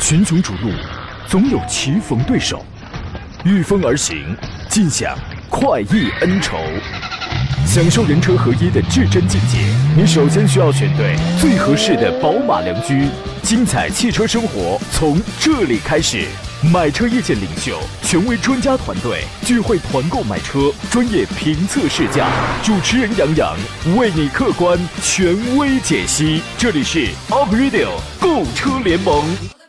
群雄逐鹿，总有棋逢对手，御风而行，尽享快意恩仇。享受人车合一的至臻境界，你首先需要选对最合适的宝马良驹。精彩汽车生活从这里开始。买车意见领袖，权威专家团队聚会团购买车，专业评测试驾，主持人杨洋为你客观权威解析。这里是 Up Radio 购车联盟。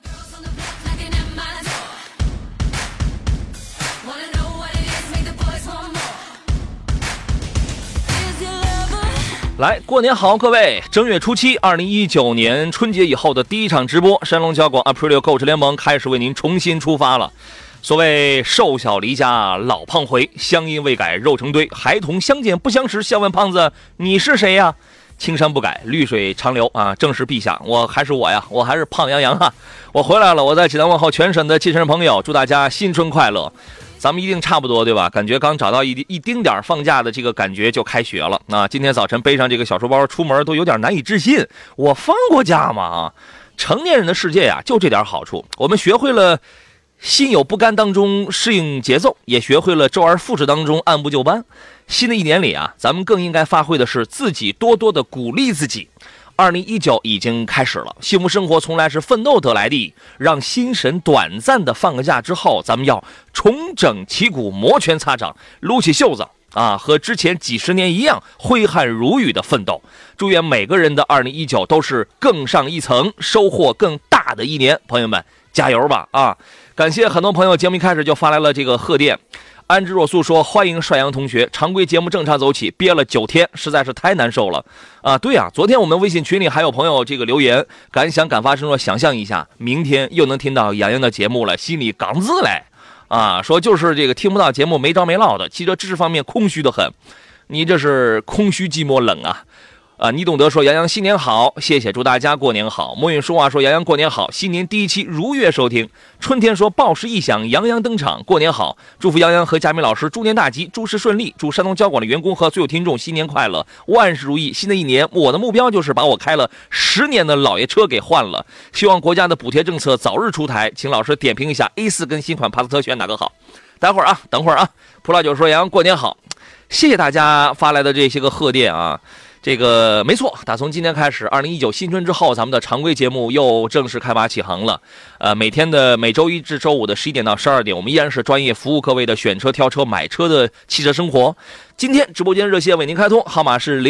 来，过年好，各位！正月初七，2019年春节以后的第一场直播，山东交广 Aprilio 购车联盟开始为您重新出发了。所谓瘦小离家老胖回，乡音未改肉成堆，孩童相见不相识，笑问胖子你是谁呀？青山不改，绿水长流啊！正是陛下，我还是我呀，我还是胖杨洋哈！我回来了，我在济南问候全省的汽车人朋友，祝大家新春快乐。咱们一定差不多对吧？感觉刚找到一丁点放假的这个感觉就开学了啊！今天早晨背上这个小书包出门都有点难以置信，我放过假吗？啊！成年人的世界呀，就这点好处，我们学会了心有不甘当中适应节奏，也学会了周而复始当中按部就班。新的一年里啊，咱们更应该发挥的是自己多多的鼓励自己。2019已经开始了，幸福生活从来是奋斗得来的。让心神短暂的放个假之后，咱们要重整旗鼓，摩拳擦掌，撸起袖子啊，和之前几十年一样，挥汗如雨的奋斗。祝愿每个人的2019都是更上一层，收获更大的一年。朋友们，加油吧啊！感谢很多朋友节目一开始就发来了这个贺电。安之若素说：“欢迎帅阳同学，常规节目正常走起，憋了9天，实在是太难受了啊！”对啊，昨天我们微信群里还有朋友这个留言，敢想敢发声说，想象一下，明天又能听到杨洋的节目了，心里刚滋嘞啊！说就是这个听不到节目没着没落的，汽车知识方面空虚的很，你这是空虚寂寞冷啊！你懂得说杨洋新年好，谢谢，祝大家过年好。莫允说话说杨洋过年好，新年第一期如约收听。春天说报时一响，杨洋登场，过年好，祝福杨洋和佳明老师猪年大吉，诸事顺利，祝山东交广的员工和所有听众新年快乐，万事如意。新的一年，我的目标就是把我开了10年的老爷车给换了，希望国家的补贴政策早日出台，请老师点评一下 A4 跟新款帕萨特选哪个好。等会儿啊，葡萄酒说杨洋过年好，谢谢大家发来的这些个贺电啊。这个没错，打从今天开始，2019新春之后，咱们的常规节目又正式开拔启航了。每周一至周五的11点到12点，我们依然是专业服务各位的选车、挑车、买车的汽车生活。今天直播间热线为您开通，号码是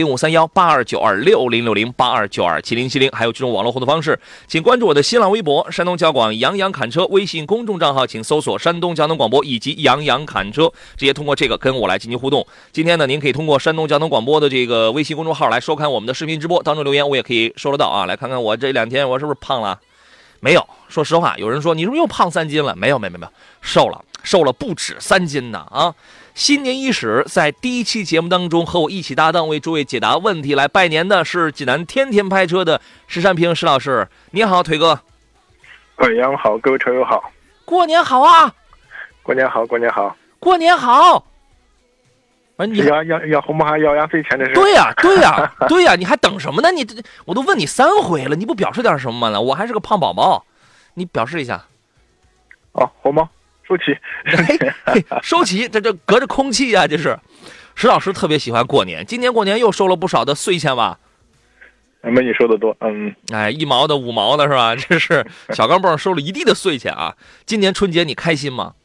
053182926080，82927070，还有这种网络互动方式，请关注我的新浪微博山东交广杨洋侃车，微信公众账号请搜索山东交通广播以及杨洋侃车，直接通过这个跟我来进行互动。今天呢，您可以通过山东交通广播的这个微信公众号来收看我们的视频直播，当中留言我也可以收得到啊。来看看我这2天我是不是胖了？没有，说实话，有人说你是不是又胖3斤了？没有，瘦了不止3斤呢啊！新年伊始，在第一期节目当中和我一起搭档为诸位解答问题来拜年的是济南天天拍车的石山平石老师。你好，腿哥。 杨好，各位车友好。 过年好啊！ 过年好，过年好， 过年好。 你要红包还要压岁钱这是？ 对呀，你还等什么呢？我都问你3回了，你不表示点什么呢？我还是个胖宝宝，你表示一下。 哦，红包收起， 收起，这隔着空气啊，这是。石老师特别喜欢过年，今年过年又收了不少的碎钱吧？ 没你说的多， 哎1毛的5毛的是吧？这是小钢镚收了一地的碎钱啊！今年春节你开心吗？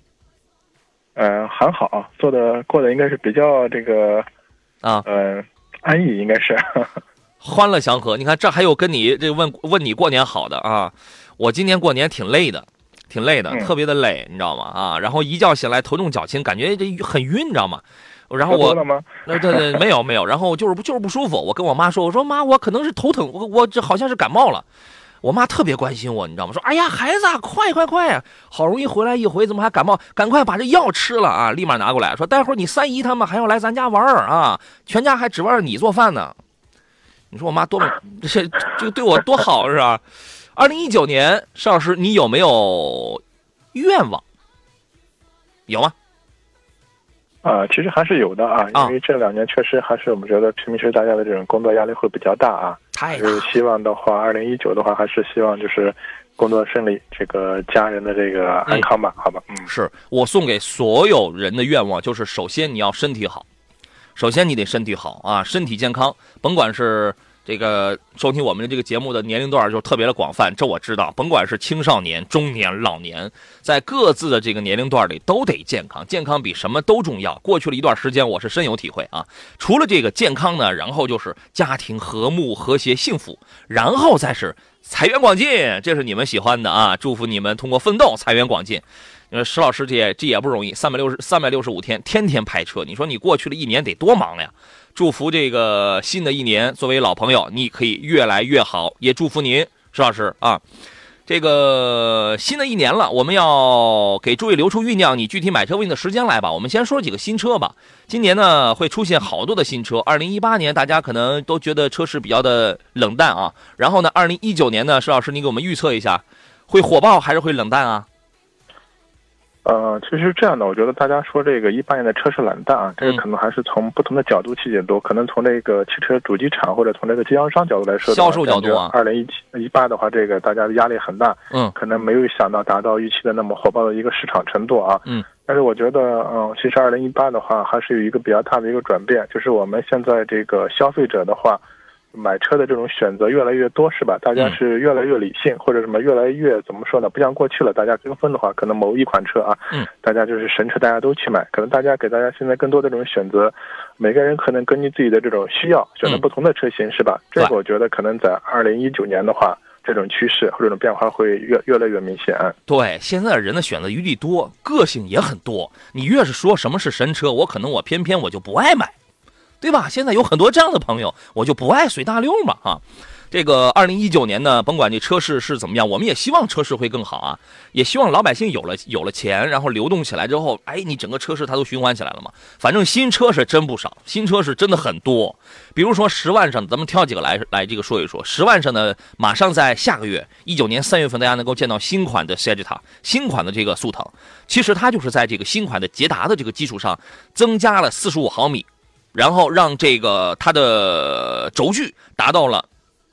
还好，过得应该是比较这个安逸，应该是欢乐祥和。你看这还有跟你这问你过年好的啊！我今年过年挺累的，特别的累，你知道吗？啊，然后一觉醒来头重脚轻，感觉这很晕，你知道吗？然后对，没有，然后就是不舒服。我跟我妈说，我说妈，我可能是头疼，我这好像是感冒了。我妈特别关心我，你知道吗？说哎呀孩子啊，快啊，好容易回来一回，怎么还感冒？赶快把这药吃了啊！立马拿过来说，待会儿你3姨他们还要来咱家玩啊，全家还指望着你做饭呢。你说我妈多么这个对我多好是吧？2019年，石老师你有没有愿望？有吗？ 其实还是有的啊，因为这2年确实还是我们觉得平时大家的这种工作压力会比较大啊。 太大了。 希望的话，2019的话，还是希望就是工作顺利，这个家人的这个安康吧，好吧。 是我送给所有人的愿望，就是首先你要身体好，首先你得身体好啊，身体健康，甭管是这个收听我们的这个节目的年龄段就特别的广泛，这我知道，甭管是青少年、中年、老年，在各自的这个年龄段里都得健康，健康比什么都重要。过去了一段时间，我是深有体会啊。除了这个健康呢，然后就是家庭和睦、和谐、幸福，然后再是财源广进，这是你们喜欢的啊！祝福你们通过奋斗财源广进。石老师这也不容易，365天天天拍车，你说你过去了一年得多忙呀！祝福这个新的一年，作为老朋友，你可以越来越好，也祝福您，石老师啊。这个新的一年了，我们要给诸位留出酝酿你具体买车问的时间来吧。我们先说几个新车吧。今年呢会出现好多的新车。2018年大家可能都觉得车市比较的冷淡啊，然后呢2019年呢，石老师你给我们预测一下，会火爆还是会冷淡啊？ 其实这样的，我觉得大家说这个18年的车市冷淡啊，这个可能还是从不同的角度去解读，可能从这个汽车主机厂或者从这个经销商角度来说， 销售角度啊 ，2018的话，这个大家的压力很大，可能没有想到达到预期的那么火爆的一个市场程度啊，但是我觉得，其实2018的话，还是有一个比较大的一个转变，就是我们现在这个消费者的话，买车的这种选择越来越多，是吧？大家是越来越理性，或者什么越来越怎么说呢？不像过去了，大家跟风的话，可能某一款车啊，大家就是神车，大家都去买。可能给大家现在更多的这种选择，每个人可能根据自己的这种需要，选择不同的车型，是吧？这个我觉得可能在2019年的话，这种趋势或者这种变化会越来越明显。 对，现在人的选择余地多，个性也很多。你越是说什么是神车，我偏偏我就不爱买。对吧？现在有很多这样的朋友，我就不爱随大溜嘛哈。这个2019年呢，甭管这车市是怎么样，我们也希望车市会更好啊，也希望老百姓有了钱，然后流动起来之后，你整个车市它都循环起来了嘛。反正新车是真不少，新车是真的很多。比如说10万上的，咱们挑几个来这个说一说。10万上呢，马上在下个月19年3月份，大家能够见到新款的 Sagita， 新款的这个速腾。其实它就是在这个新款的捷达的这个基础上，增加了45毫米。然后让这个它的轴距达到了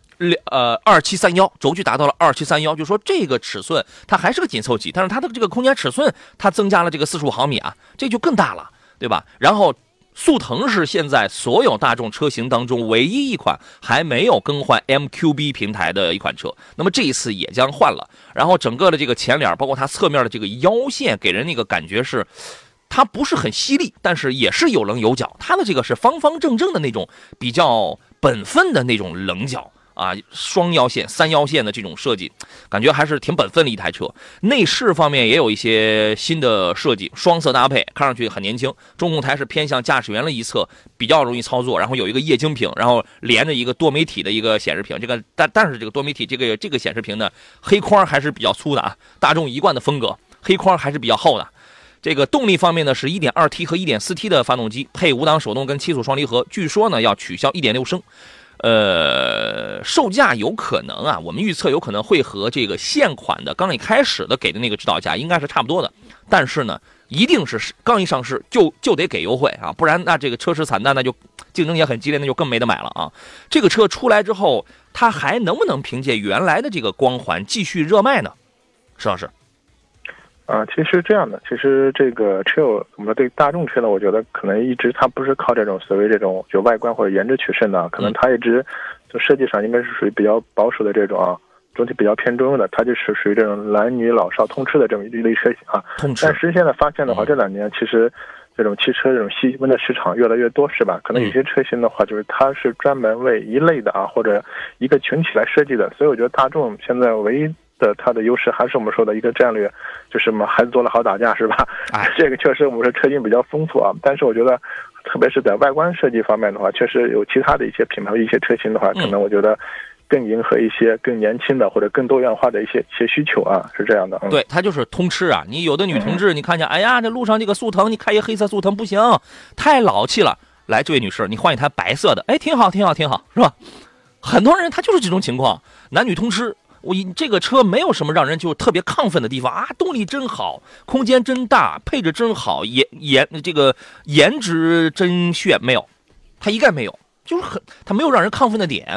2731，轴距达到了2731，就说这个尺寸它还是个紧凑级，但是它的这个空间尺寸它增加了这个45毫米啊，这就更大了，对吧？然后速腾是现在所有大众车型当中唯一一款还没有更换 MQB 平台的一款车，那么这一次也将换了。然后整个的这个前脸，包括它侧面的这个腰线，给人那个感觉是。它不是很犀利，但是也是有棱有角。它的这个是方方正正的那种比较本分的那种棱角啊，双腰线、3腰线的这种设计，感觉还是挺本分的一台车。内饰方面也有一些新的设计，双色搭配，看上去很年轻。中控台是偏向驾驶员的一侧，比较容易操作。然后有一个液晶屏，然后连着一个多媒体的一个显示屏。但是这个多媒体这个显示屏呢，黑框还是比较粗的啊，大众一贯的风格，黑框还是比较厚的。这个动力方面呢是 1.2T 和 1.4T 的发动机，配5档手动跟7速双离合，据说呢要取消 1.6 升。售价有可能啊，我们预测有可能会和这个现款的刚一开始的给的那个指导价应该是差不多的，但是呢一定是刚一上市就得给优惠啊，不然那这个车市惨淡，那就竞争也很激烈，那就更没得买了啊。这个车出来之后，它还能不能凭借原来的这个光环继续热卖呢？石老师。 其实这样的，其实这个车友我们对大众车呢，我觉得可能一直它不是靠这种所谓这种就外观或者颜值取胜的，可能它一直从设计上应该是属于比较保守的这种啊，总体比较偏中的，它就是属于这种男女老少通吃的这么一类车型啊。但是现在发现的话，这2年其实这种汽车这种细分的市场越来越多，是吧？可能有些车型的话，就是它是专门为一类的啊，或者一个群体来设计的，所以我觉得大众现在唯一的它的优势还是我们说的一个战略，就是什么孩子多了好打架，是吧？这个确实我们说车型比较丰富啊，但是我觉得特别是在外观设计方面的话，确实有其他的一些品牌一些车型的话，可能我觉得更迎合一些更年轻的或者更多元化的一些需求啊，是这样的。 对，它就是通吃啊。你有的女同志，你看见，哎呀，这路上这个速腾，你开一黑色速腾不行，太老气了。来，这位女士，你换一台白色的，哎，挺好，是吧？很多人他就是这种情况，男女通吃。这个车没有什么让人就特别亢奋的地方啊，动力真好，空间真大，配置真好，这个颜值真炫，没有，它一概没有，就是它没有让人亢奋的点。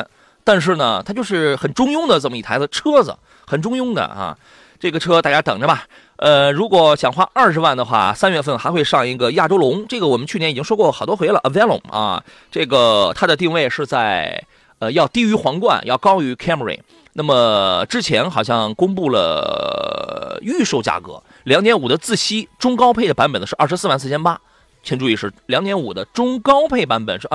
但是呢，它就是很中庸的这么一台的车子，很中庸的啊。这个车大家等着吧。如果想花20万的话，3月份还会上一个亚洲龙，这个我们去年已经说过好多回了 ，Avalon 啊，这个它的定位是在要低于皇冠，要高于 Camry。那么之前好像公布了预售价格，2.5的自吸中高配的版本呢是244800。请注意是2.5的中高配版本是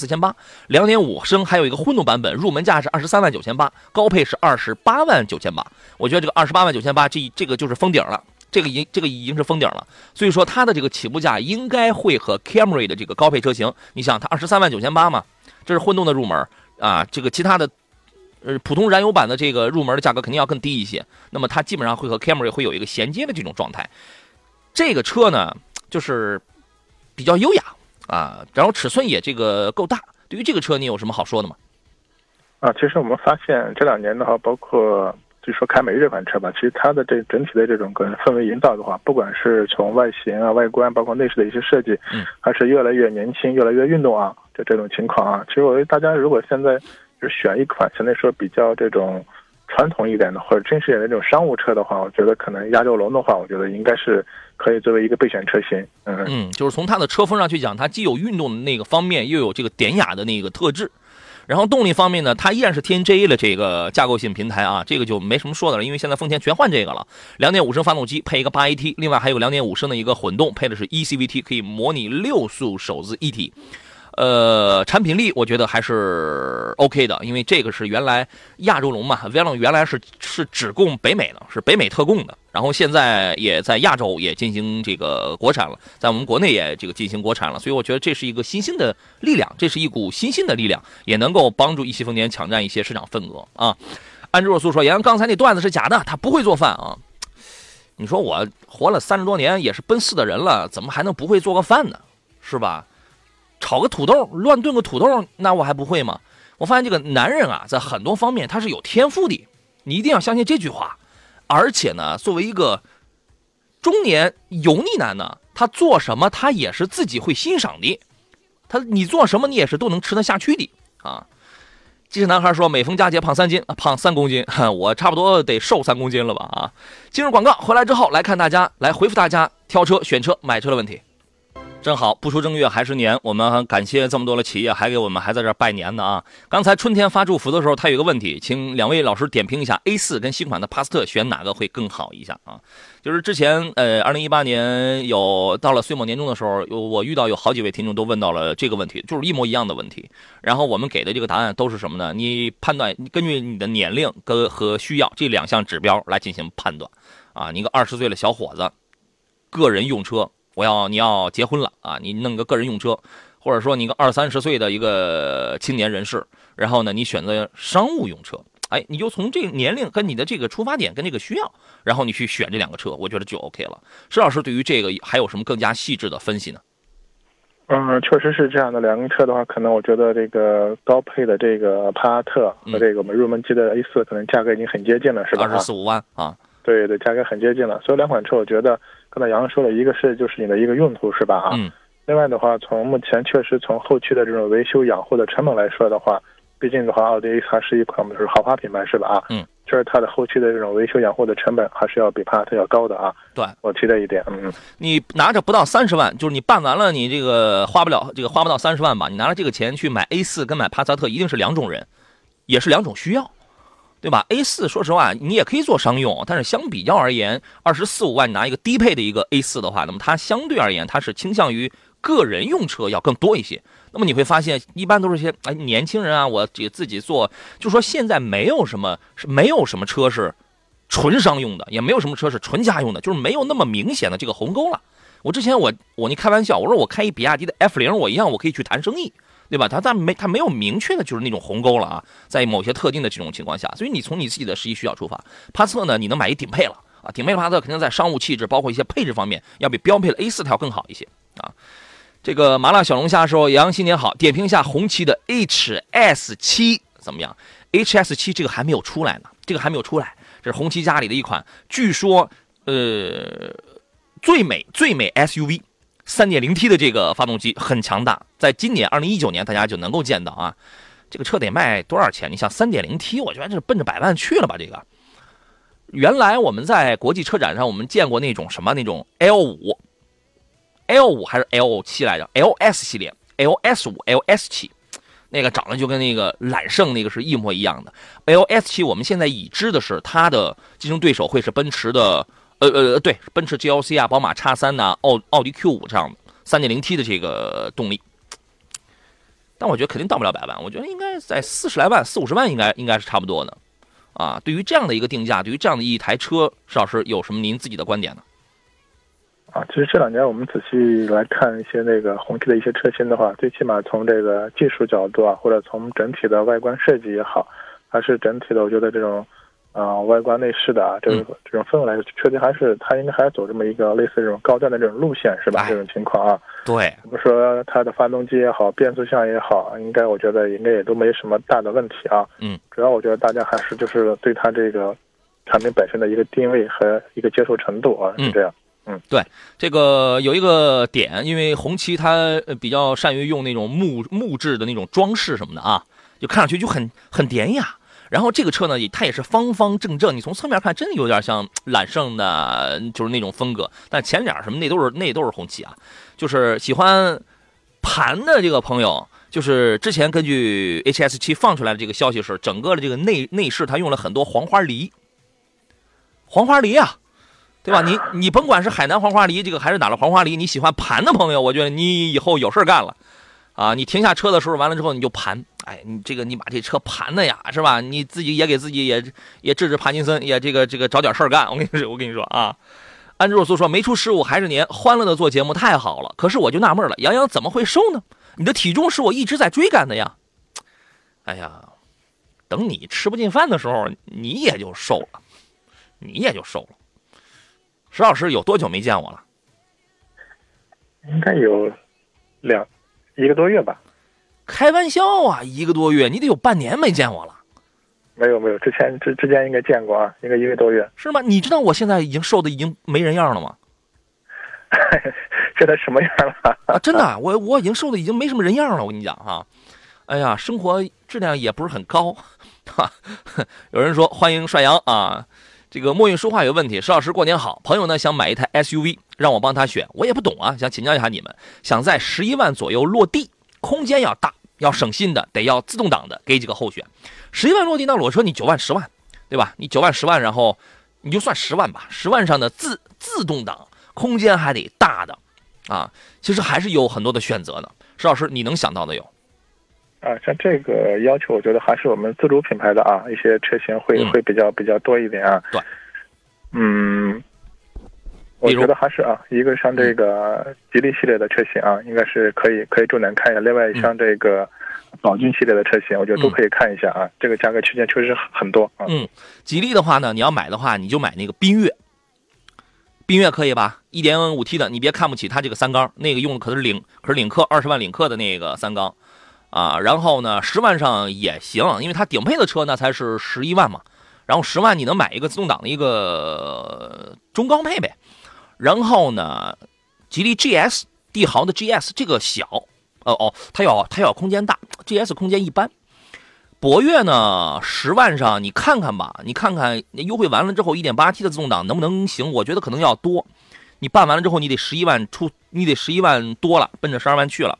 244800，2.5升还有一个混动版本，入门价是239800，高配是289800。我觉得这个289800这个就是封顶了，这个已经是封顶了。所以说它的这个起步价应该会和 Camry 的这个高配车型，你想它239800嘛，这是混动的入门啊，这个其他的普通燃油版的这个入门的价格肯定要更低一些。那么它基本上会和 Camry 会有一个衔接的这种状态。这个车呢，就是比较优雅啊，然后尺寸也这个够大。对于这个车，你有什么好说的吗？ 其实我们发现这2年的话，包括就说凯美瑞这款车吧，其实它的这整体的这种个人氛围营造的话，不管是从外形啊、外观，包括内饰的一些设计，还是越来越年轻、越来越运动啊，就这种情况啊。其实我觉得大家如果现在就选一款相对说比较这种传统一点的或者正式一点的这种商务车的话，我觉得可能亚洲龙的话，我觉得应该是可以作为一个备选车型。 就是从它的车风上去讲，它既有运动的那个方面，又有这个典雅的那个特质。然后动力方面呢，它依然是 TNGA 的这个架构性平台啊，这个就没什么说的了，因为现在丰田全换这个了。2.5升发动机配一个 8AT， 另外还有2.5升的一个混动，配的是 eCVT， 可以模拟6速手自一体。产品力我觉得还是 OK 的，因为这个是原来亚洲龙嘛 ，Avalon 原来是只供北美的，是北美特供的，然后现在也在亚洲也进行这个国产了，在我们国内也这个进行国产了，所以我觉得这是一个新兴的力量，这是一股新兴的力量，也能够帮助一汽丰田抢占一些市场份额啊。安之若素说：“杨洋刚才那段子是假的，他不会做饭啊。”你说我活了30多年，也是奔4的人了，怎么还能不会做个饭呢？是吧？炒个土豆，乱炖个土豆，那我还不会吗？我发现这个男人啊，在很多方面他是有天赋的，你一定要相信这句话。而且呢，作为一个中年油腻男呢，他做什么他也是自己会欣赏的，你做什么你也是都能吃得下去的啊。机智男孩说：“每逢佳节胖3斤，胖3公斤，我差不多得瘦3公斤了吧？”啊，今日广告回来之后，来看大家来回复大家挑车、选车、买车的问题。正好不出正月还是年，我们感谢这么多的企业还给我们还在这拜年呢啊！刚才春天发祝福的时候，他有一个问题，请2位老师点评一下 A4 跟新款的帕萨特选哪个会更好一下啊？就是之前2018年有到了岁末年终的时候，我遇到有好几位听众都问到了这个问题，就是一模一样的问题。然后我们给的这个答案都是什么呢？你判断根据你的年龄和需要这2项指标来进行判断啊！你一个20岁的小伙子，个人用车。你要结婚了啊，你弄个个人用车，或者说你个20-30岁的一个青年人士，然后呢你选择商务用车，你就从这个年龄跟你的这个出发点跟这个需要，然后你去选这2个车，我觉得就 OK 了。施老师对于这个还有什么更加细致的分析呢？ 确实是这样的。2个车的话，可能我觉得这个高配的这个帕萨特和这个我们入门级的 A4 可能价格已经很接近了，是吧 ？24-25万啊。 对，价格很接近了。所以2款车我觉得刚才杨说了，一个是就是你的一个用途，是吧啊？另外的话，从目前确实从后期的这种维修养护的成本来说的话，毕竟的话，奥迪 A 它是一款就是豪华品牌，是吧啊？就是它的后期的这种维修养护的成本还是要比帕萨特要高的啊。 对， 我提这一点。 你拿着不到30万，就是你办完了，你这个花不到30万吧？你拿了这个钱去买 A4 跟买帕萨特，一定是2种人，也是2种需要。对吧 ？A4 说实话，你也可以做商用，但是相比较而言，24-25万你拿一个低配的一个 A4 的话，那么它相对而言，它是倾向于个人用车要更多一些。那么你会发现，一般都是些年轻人啊，我自己做，就说现在没有什么车是纯商用的，也没有什么车是纯家用的，就是没有那么明显的这个鸿沟了。我之前你开玩笑，我说我开一比亚迪的 F0，我一样我可以去谈生意。对吧？它没有明确的就是那种鸿沟了啊，在某些特定的这种情况下，所以你从你自己的实际需要出发，帕萨特呢，你能买一顶配了啊，顶配的帕萨特肯定在商务气质，包括一些配置方面，要比标配的 A4 它要更好一些啊。这个麻辣小龙虾说：“杨新年好，点评一下红旗的 HS7怎么样 ？HS7这个还没有出来呢，这是红旗家里的一款，据说最美 SUV。”3.0T 的这个发动机很强大，在今年2019年大家就能够见到啊。 这个车得卖多少钱？你像 3.0T， 我觉得这是奔着100万去了吧？这个原来我们在国际车展上我们见过那种什么那种 L5 还是 L7 来着 ？LS 系列 LS5、LS7。那个长得就跟那个揽胜那个是一模一样的。LS7 我们现在已知的是它的竞争对手会是奔驰的，对，奔驰 GLC 啊，宝马 X3 呐，奥迪 Q5 这样的 3.0T 的这个动力。但我觉得肯定到不了100万，我觉得应该在40来万、40-50万应该是差不多的。啊，对于这样的一个定价，对于这样的一台车，石老师有什么您自己的观点呢？ 其实这2年我们仔细来看一些那个红旗的一些车型的话，最起码从这个技术角度啊，或者从整体的外观设计也好，还是整体的，我觉得这种外观内饰的啊，这种氛围来说，确实还是它应该还是走这么一个类似这种高端的这种路线，是吧？这种情况啊， 对， 比如说它的发动机也好，变速箱也好，我觉得应该也都没什么大的问题啊。主要我觉得大家还是就是对它这个产品本身的一个定位和一个接受程度啊，是这样。 对，这个有一个点，因为红旗它比较善于用那种木质的那种装饰什么的啊，就看上去就很典雅。然后这个车呢，它也是方方正正，你从侧面看真的有点像揽胜的，就是那种风格。但前脸什么那都是红旗啊。就是喜欢盘的这个朋友，就是之前根据 HS7 放出来的这个消息是，整个的这个内饰它用了很多黄花梨啊。对吧？你甭管是海南黄花梨这个还是哪的黄花梨，你喜欢盘的朋友，我觉得你以后有事干了，啊，你停下车的时候，完了之后你就盘，哎，你把这车盘的呀，是吧？你自己也给自己也治帕金森，也这个找点事儿干。我跟你说啊，安卓苏说没出15还是年，欢乐的做节目太好了。可是我就纳闷了，杨洋怎么会瘦呢？你的体重是我一直在追赶的呀。哎呀，等你吃不进饭的时候，你也就瘦了。石老师有多久没见我了？ 应该有1个多月吧。 开玩笑啊，1个多月，你得有半年没见我了。 没有，之间应该见过啊，应该1个多月。 是吗？你知道我现在已经瘦的已经没人样了吗？ 现在什么样了？ 啊，真的，我已经瘦的已经没什么人样了。我跟你讲哈，哎呀，生活质量也不是很高。哈，有人说欢迎帅阳啊。这个墨韵说话有问题，石老师过年好，朋友呢想买一台 SUV， 让我帮他选，我也不懂啊，想请教一下你们，想在11万左右落地，空间要大，要省心的，得要自动挡的，给几个候选。11万落地，那裸车你9万10万，对吧？你9万10万，然后你就算10万吧，10万上的自动挡，空间还得大的啊，其实还是有很多的选择的。石老师，你能想到的有？ 像这个要求，我觉得还是我们自主品牌的啊，一些车型会比较多一点啊。 对， 我觉得还是啊，一个像这个吉利系列的车型啊，应该是可以重点看一下。另外像这个宝骏系列的车型，我觉得都可以看一下啊。这个价格区间确实很多啊。 吉利的话呢，你要买的话，你就买那个缤越可以吧？ 1.5T 的，你别看不起它这个3缸，那个用的可是领克20万领克的那个3缸。啊，然后呢，10万上也行，因为它顶配的车呢才是11万嘛，然后10万你能买一个自动挡的一个中高配呗。然后呢，吉利 GS 帝豪的 GS 这个小，它要空间大 ，GS 空间一般。博越呢10万上你看看吧，你看看优惠完了之后 1.8T 的自动挡能不能行？我觉得可能要多，你办完了之后你得11万出，你得11万多了，奔着12万去了。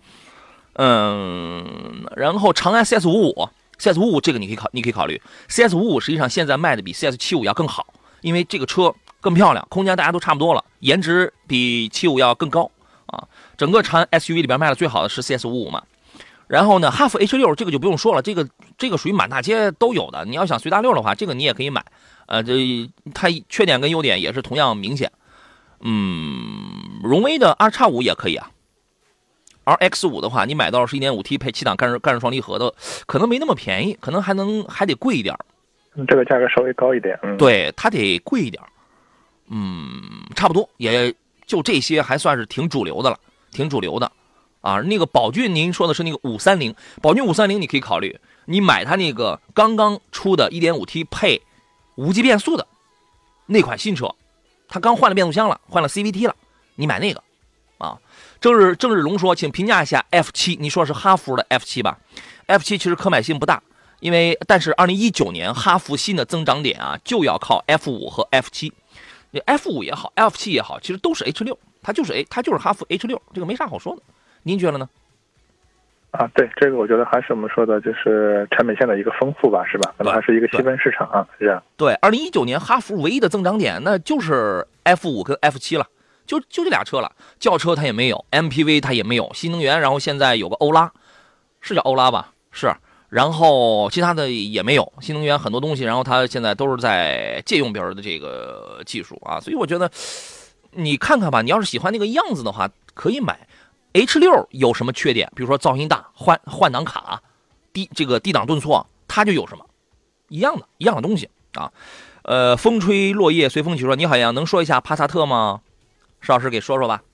然后长安 CS55 这个你可以考虑 CS55 实际上现在卖的比 CS75 要更好，因为这个车更漂亮，空间大家都差不多了，颜值比75要更高啊。整个长安 SUV 里边卖的最好的是 CS55 嘛。然后呢，哈弗 H6 这个就不用说了，这个属于满大街都有的，你要想随大溜的话，这个你也可以买。它缺点跟优点也是同样明显。荣威的 RX5 也可以啊。RX5 的话，你买到是 1.5T 配7档干式双离合的，可能没那么便宜，可能还得贵一点。 这个价格稍微高一点。 对，它得贵一点。差不多，也就这些，还算是挺主流的了，挺主流的。啊，那个宝骏，您说的是那个530，宝骏530你可以考虑，你买它那个刚刚出的 1.5T 配无级变速的那款新车，它刚换了变速箱了，换了 CVT 了，你买那个。啊，郑日龙说，请评价一下 F7，你说是哈弗的 F7吧 F7其实可买性不大，但是2019年哈弗新的增长点啊，就要靠 F5 和 F7。F5也好 ，F7 也好，其实都是 H6，它就是哈弗 H6，这个没啥好说的。您觉得呢？ 啊，对，这个我觉得还是我们说的，就是产品线的一个丰富吧，是吧？可能还是一个细分市场啊，是这样。 对，2019年哈弗唯一的增长点，那就是 F5 跟 F7了，就这俩车了。轿车它也没有 ，MPV 它也没有，新能源，然后现在有个欧拉，是叫欧拉吧？是。然后其他的也没有，新能源很多东西，然后它现在都是在借用别人的这个技术啊，所以我觉得你看看吧，你要是喜欢那个样子的话，可以买。H6 有什么缺点？比如说噪音大、换挡卡、低档顿挫，它就有什么一样的东西啊。风吹落叶随风起说，你好像能说一下帕萨特吗？石老师给说说吧。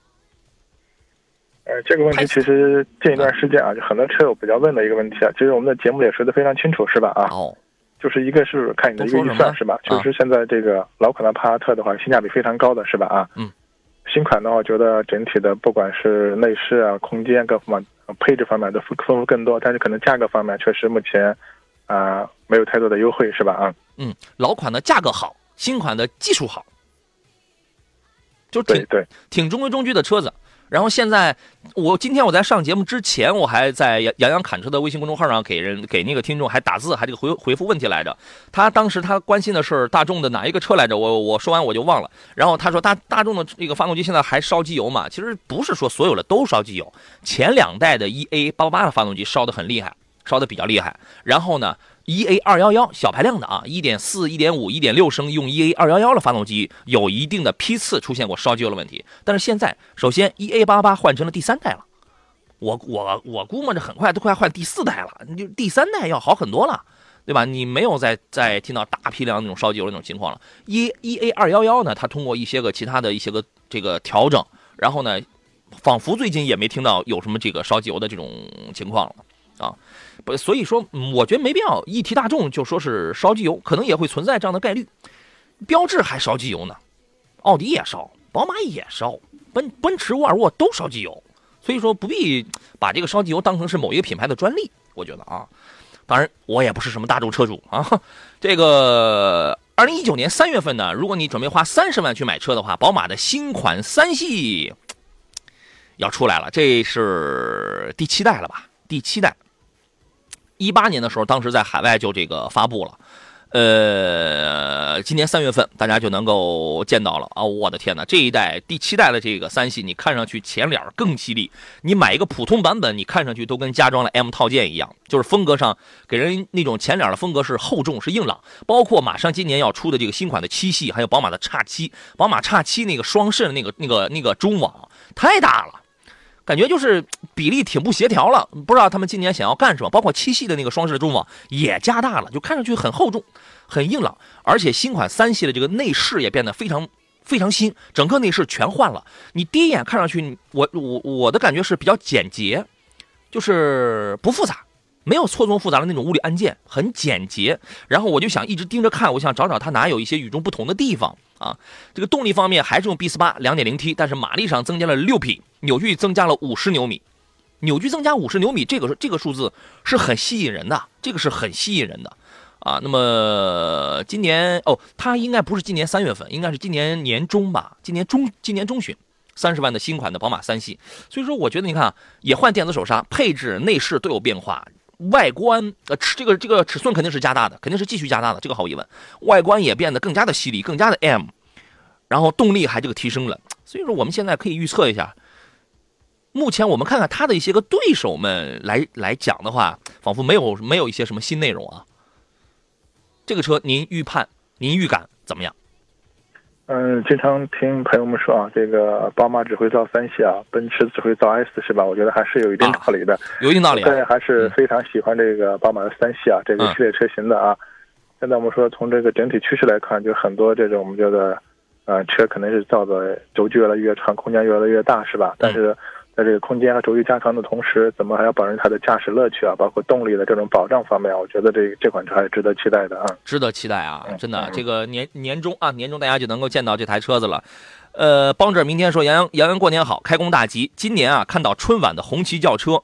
这个问题其实近一段时间啊，就很多车友比较问的一个问题啊，其实我们的节目也说得非常清楚，是吧？啊，就是一个是看你的一个预算，是吧？就是现在这个老款的帕萨特的话，性价比非常高的，是吧？啊，新款的话，我觉得整体的不管是内饰啊、空间各方面、配置方面都丰富更多，但是可能价格方面确实目前没有太多的优惠，是吧？啊， 老款的价格好，新款的技术好，就挺中规中矩的车子。然后现在今天我在上节目之前，我还在杨洋侃车的微信公众号上给那个听众还打字，还这个回复问题来着。当时他关心的是大众的哪一个车来着，我说完我就忘了。然后他说大众的这个发动机现在还烧机油嘛？其实不是说所有的都烧机油，前2代的 EA888 的发动机烧得很厉害，烧得比较厉害。然后呢，EA211 小排量的啊 1.4、1.5、1.6升用 EA211 的发动机有一定的批次出现过烧机油的问题，但是现在首先 EA888 换成了第3代了，我估摸着很快都快换第4代了，你就第3代要好很多了，对吧？你没有再听到大批量那种烧机油的那种情况了。EA211 呢，它通过其他的一些个这个调整，然后呢，仿佛最近也没听到有什么这个烧机油的这种情况了啊。所以说我觉得没必要一提大众就说是烧机油，可能也会存在这样的概率。标致还烧机油呢，奥迪也烧，宝马也烧，奔驰、沃尔沃都烧机油，所以说不必把这个烧机油当成是某一个品牌的专利，我觉得啊。当然我也不是什么大众车主啊。这个2019年3月份呢，如果你准备花30万去买车的话，宝马的新款3系要出来了，这是第7代了吧？第7代。18年的时候，当时在海外就这个发布了，今年3月份大家就能够见到了啊！我的天哪，这一代第7代的这个3系，你看上去前脸更犀利，你买一个普通版本，你看上去都跟加装了 M 套件一样，就是风格上给人那种前脸的风格是厚重是硬朗，包括马上今年要出的这个新款的7系，还有宝马的 X7， 宝马 X7那个双肾那个中网太大了。感觉就是比例挺不协调了，不知道他们今年想要干什么。包括7系的那个双式的中网也加大了，就看上去很厚重、很硬朗。而且新款3系的这个内饰也变得非常非常新，整个内饰全换了。你第一眼看上去，我的感觉是比较简洁，就是不复杂，没有错综复杂的那种物理按键，很简洁。然后我就想一直盯着看，我想找它哪有一些与众不同的地方。这个动力方面还是用 B48 2.0T， 但是马力上增加了6匹，扭矩增加了50牛米，扭矩增加50牛米，这个数字是很吸引人的，这个是很吸引人的啊。那么今年它应该不是今年3月份，应该是今年年中吧，今年中旬，30万的新款的宝马3系。所以说我觉得你看也换电子手刹，配置内饰都有变化。外观这个尺寸肯定是加大的，肯定是继续加大的，这个毫无疑问。外观也变得更加的犀利，更加的 M， 然后动力还这个提升了。所以说我们现在可以预测一下，目前我们看看它的一些个对手们来讲的话，仿佛没有一些什么新内容啊。这个车您预感怎么样？ 经常听朋友们说啊，这个宝马只会造3系啊，奔驰只会造 S 是吧？我觉得还是有一定道理的， 有一定道理。 个人还是非常喜欢这个宝马的3系啊，这个系列车型的啊。现在我们说从这个整体趋势来看，就很多这种我们觉得，车可能是造的轴距越来越长，空间越来越大是吧？但是在这个空间和轴距加长的同时，怎么还要保证它的驾驶乐趣啊，包括动力的这种保障方面，我觉得这款车还是值得期待的啊， 值得期待啊，真的。这个年中大家就能够见到这台车子了。邦这明天说杨洋过年好，开工大吉。今年看到春晚的红旗轿车，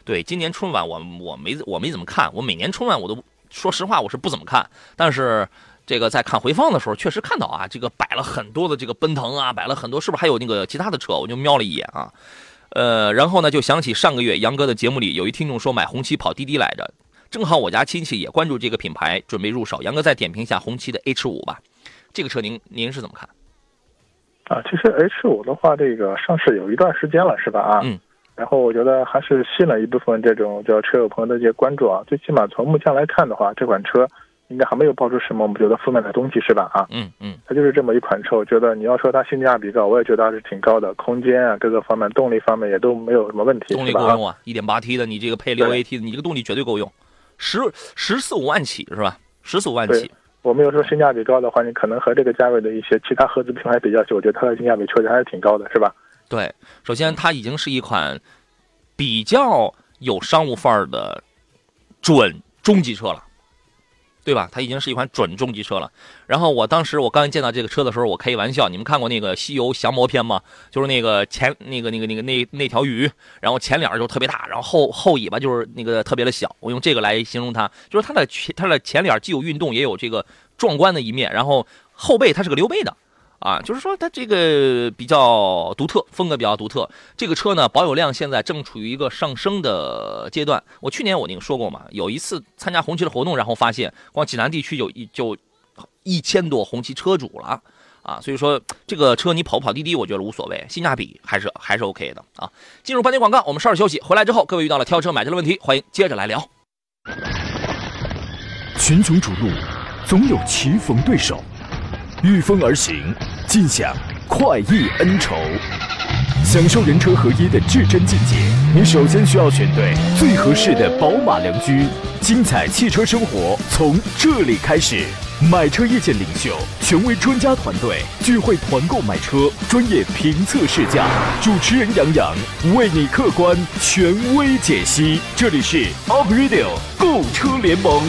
对，今年春晚我没怎么看，我每年春晚我都说实话我是不怎么看，但是这个在看回放的时候确实看到啊，这个摆了很多的这个奔腾啊，摆了很多，是不是还有那个其他的车？我就瞄了一眼啊，然后呢就想起上个月杨哥的节目里有一听众说买红旗跑滴滴来着，正好我家亲戚也关注这个品牌，准备入手。杨哥再点评一下红旗的 H5吧，这个车您是怎么看？ 啊，其实 H5的话，这个上市有一段时间了，是吧？啊，然后我觉得还是吸引了一部分这种叫车友朋友的一些关注啊。最起码从目前来看的话，这款车应该还没有爆出什么我们觉得负面的东西，是吧？啊，它就是这么一款车。我觉得你要说它性价比高，我也觉得还是挺高的，空间啊各个方面、动力方面也都没有什么问题， 动力够用啊，1.8T 的，你这个配6AT 的，你这个动力绝对够用，14-15万起是吧？15万起。 我没有说性价比高的话，你可能和这个价位的一些其他合资品牌比较起，我觉得它的性价比确实还是挺高的，是吧？ 对，首先它已经是一款比较有商务范儿的准中级车了，对吧？它已经是一款准中级车了。然后我当时我刚见到这个车的时候，我开一玩笑，你们看过那个《西游降魔篇》吗？就是那个那条鱼，然后前脸就特别大，然后后尾巴就是那个特别的小。我用这个来形容它，就是它的前脸既有运动，也有这个壮观的一面，然后后背它是个溜背的。啊，就是说它这个比较独特，风格比较独特。这个车呢，保有量现在正处于一个上升的阶段。我去年我那个说过嘛，有一次参加红旗的活动，然后发现光济南地区就1000多红旗车主了啊，所以说这个车你跑不跑滴滴，我觉得无所谓，性价比还是 OK 的啊。进入半点广告，我们稍事休息，回来之后各位遇到了挑车买车的问题，欢迎接着来聊。 群雄逐鹿，总有棋逢对手。御风而行，尽享快意恩仇，享受人车合一的至臻境界。你首先需要选对最合适的宝马良驹，精彩汽车生活从这里开始。买车意见领袖，权威专家团队聚会团购买车，专业评测试驾，主持人杨洋为你客观权威解析。这里是 Up Radio 购车联盟。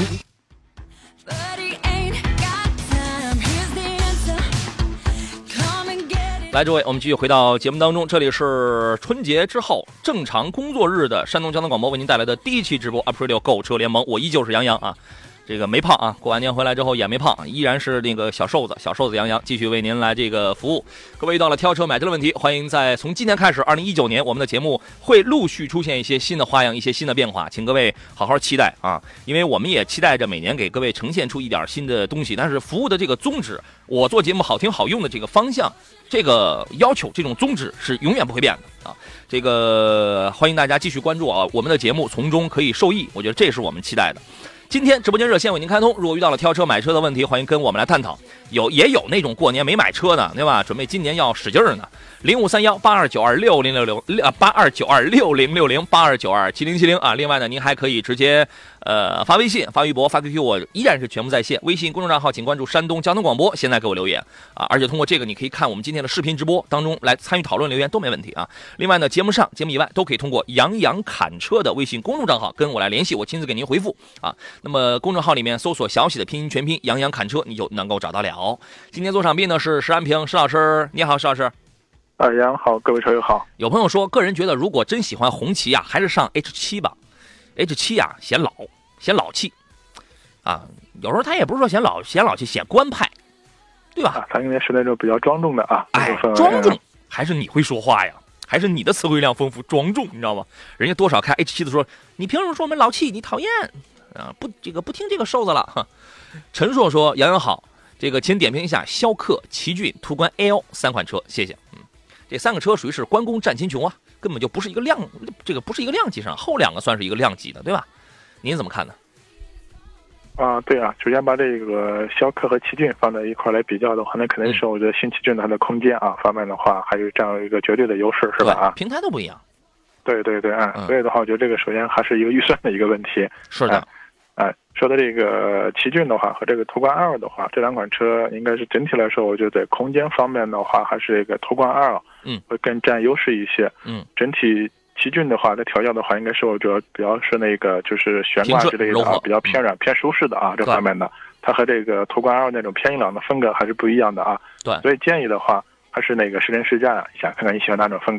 来，诸位，我们继续回到节目当中。这里是春节之后正常工作日的山东交通广播为您带来的第一期直播 Up Radio 购车联盟，我依旧是杨洋啊。这个没胖啊，过完年回来之后也没胖，依然是那个小瘦子杨洋，继续为您来这个服务。各位遇到了挑车买车的问题，欢迎从今年开始2019年我们的节目会陆续出现一些新的花样，一些新的变化，请各位好好期待啊，因为我们也期待着每年给各位呈现出一点新的东西，但是服务的这个宗旨，我做节目好听好用的这个方向，这个要求，这种宗旨是永远不会变的啊。这个欢迎大家继续关注啊，我们的节目从中可以受益，我觉得这是我们期待的。今天直播间热线为您开通，如果遇到了挑车买车的问题，欢迎跟我们来探讨。也有那种过年没买车的，对吧？准备今年要使劲儿呢。053182926060，82926060，82927070啊。另外呢，您还可以直接发微信、发微博、发 QQ， 我依然是全部在线。微信公众账号请关注山东交通广播，现在给我留言啊。而且通过这个，你可以看我们今天的视频直播当中来参与讨论留言都没问题啊。另外呢，节目以外都可以通过杨洋侃车的微信公众账号跟我来联系，我亲自给您回复啊。那么公众号里面搜索小喜的拼音全拼杨洋侃车，你就能够找到了。今天做场宾呢是石安平石老师，你好，石老师。 杨好，各位车友好。 有朋友说，个人觉得如果真喜欢红旗啊，还是上 H7 吧。H7 啊，显老气啊。有时候他也不是说显老气，显官派，对吧？ 他应该是那种比较庄重的啊。 哎，庄重还是你会说话呀？还是你的词汇量丰富，庄重，你知道吗？人家多少开 H7 的说，你凭什么说我们老气？你讨厌啊？不听这个瘦子了哈。陈硕说，杨洋好，这个请点评一下逍客、奇骏、途观 L 3款车，谢谢。这3个车属于是关公战秦琼啊，根本就不是一个量级上，后2个算是一个量级的，对吧？您怎么看呢？ 对啊，首先把这个逍客和奇骏放在一块来比较的话，那肯定是我觉得新奇骏它的空间啊方面的话，还是占有一个绝对的优势，是吧？啊， 平台都不一样。 对啊，所以的话，我觉得这个首先还是一个预算的一个问题。 是的。 说的这个奇骏的话和这个途观 L 的话，这2款车应该是整体来说，我觉得在空间方面的话，还是这个途观 L 会更占优势一些。整体奇骏的话，在调教的话，应该是我觉得比较是那个就是悬挂之类的啊，比较偏软偏舒适的啊，这方面的，它和这个途观 L 那种偏硬朗的风格还是不一样的啊。 对， 所以建议的话，还是那个试乘试驾一下，看看你喜欢哪种风格。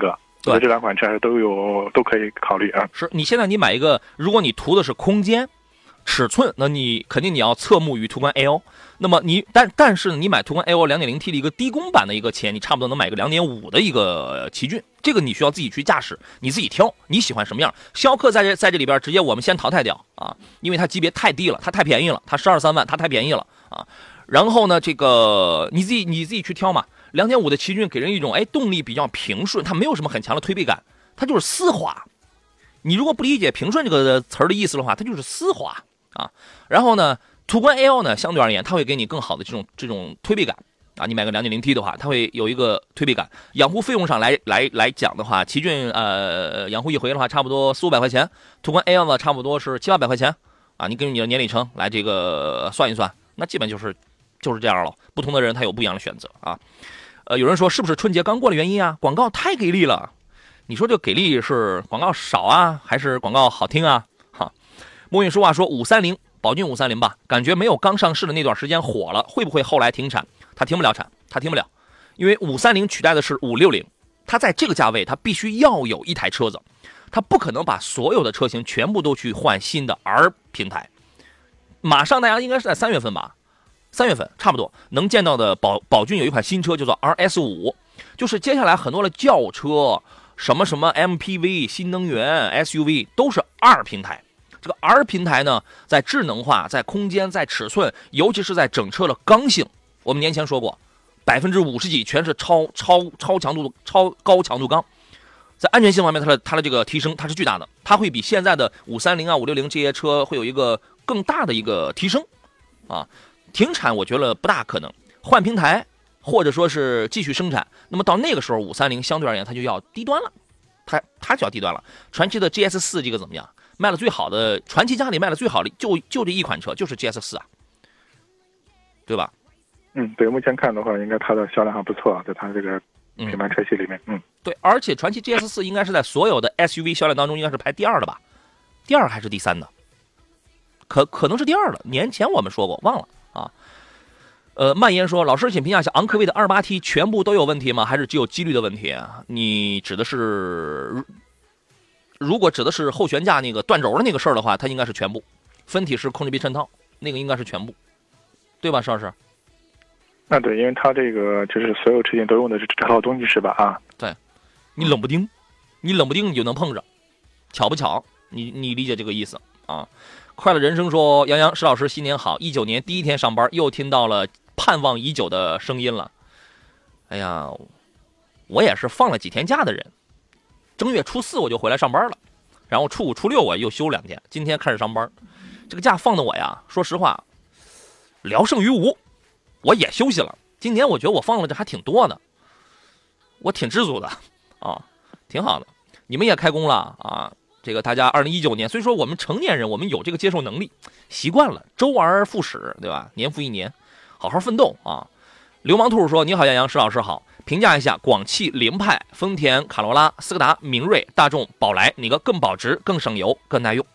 对，这两款车都可以考虑啊。 是你现在你买一个，如果你图的是空间、尺寸，那你肯定你要侧目于途观 L。那么但是你买途观 L 2.0T 的一个低功版的一个钱，你差不多能买个2.5的一个奇骏，这个你需要自己去驾驶，你自己挑你喜欢什么样。逍客在这里边直接我们先淘汰掉啊，因为它级别太低了，它太便宜了，它12、13万，它太便宜了啊。然后呢，这个你自己去挑嘛。2.5的奇骏给人一种动力比较平顺，它没有什么很强的推背感，它就是丝滑。你如果不理解平顺这个词儿的意思的话，它就是丝滑啊。然后呢，途观 L 呢相对而言，它会给你更好的这种推背感啊。你买个 2.0T 的话，它会有一个推背感。养护费用上来讲的话，奇骏养护一回的话差不多400-500块钱，途观 L 呢差不多是700-800块钱啊。你根据你的年里程来这个算一算，那基本就是这样了。不同的人他有不一样的选择啊。有人说是不是春节刚过的原因啊？广告太给力了。你说这给力是广告少啊，还是广告好听啊？哈，莫运说话说530宝骏530吧，感觉没有刚上市的那段时间火了，会不会后来停产？它停不了产，它停不了，因为530取代的是560，它在这个价位它必须要有一台车子，它不可能把所有的车型全部都去换新的 R 平台。马上大家应该是在3月份吧。3月份差不多能见到的宝骏有一款新车叫做 RS5， 就是接下来很多的轿车什么 MPV 新能源 SUV 都是 R 平台。这个 R 平台呢，在智能化、在空间、在尺寸，尤其是在整车的刚性，我们年前说过，50%几全是超高强度钢。在安全性方面，它的这个提升它是巨大的，它会比现在的530啊、560这些车会有一个更大的一个提升啊。停产我觉得不大可能，换平台或者说是继续生产，那么到那个时候530相对而言它就要低端了，它就要低端了。传祺的 GS4 这个怎么样？卖了最好的，传祺家里卖了最好的就这一款车，就是 GS4 啊，对吧？ 对，目前看的话，应该它的销量还不错啊，在它这个品牌车系里面， 对，而且传祺 GS4 应该是在所有的 SUV 销量当中应该是排第2的吧？第2还是第3的？可能是第2的，年前我们说过，忘了。啊，蔓延说，老师请评价一下昂科威的28T全部都有问题吗？还是只有几率的问题啊？你指的是，如果指的是后悬架那个断轴的那个事儿的话，它应该是全部，分体式控制臂衬套那个应该是全部，对吧，邵老师？ 那对，因为它这个就是所有车型都用的是这套东西是吧？啊， 对，你冷不丁你就能碰着，巧不巧？你理解这个意思啊？快乐人生说，杨洋石老师新年好，19年第一天上班又听到了盼望已久的声音了。哎呀，我也是放了几天假的人，正月初4我就回来上班了，然后初5、初6我又休2天，今天开始上班。这个假放的我呀，说实话聊胜于无，我也休息了。今年我觉得我放了这还挺多的，我挺知足的啊，挺好的。你们也开工了啊？这个大家2019年，所以说我们成年人，我们有这个接受能力，习惯了，周而复始，对吧？年复一年，好好奋斗啊！流氓兔说：“你好，杨洋，石老师好，评价一下广汽凌派、丰田卡罗拉、斯柯达明锐、大众宝来哪个更保值、更省油、更耐用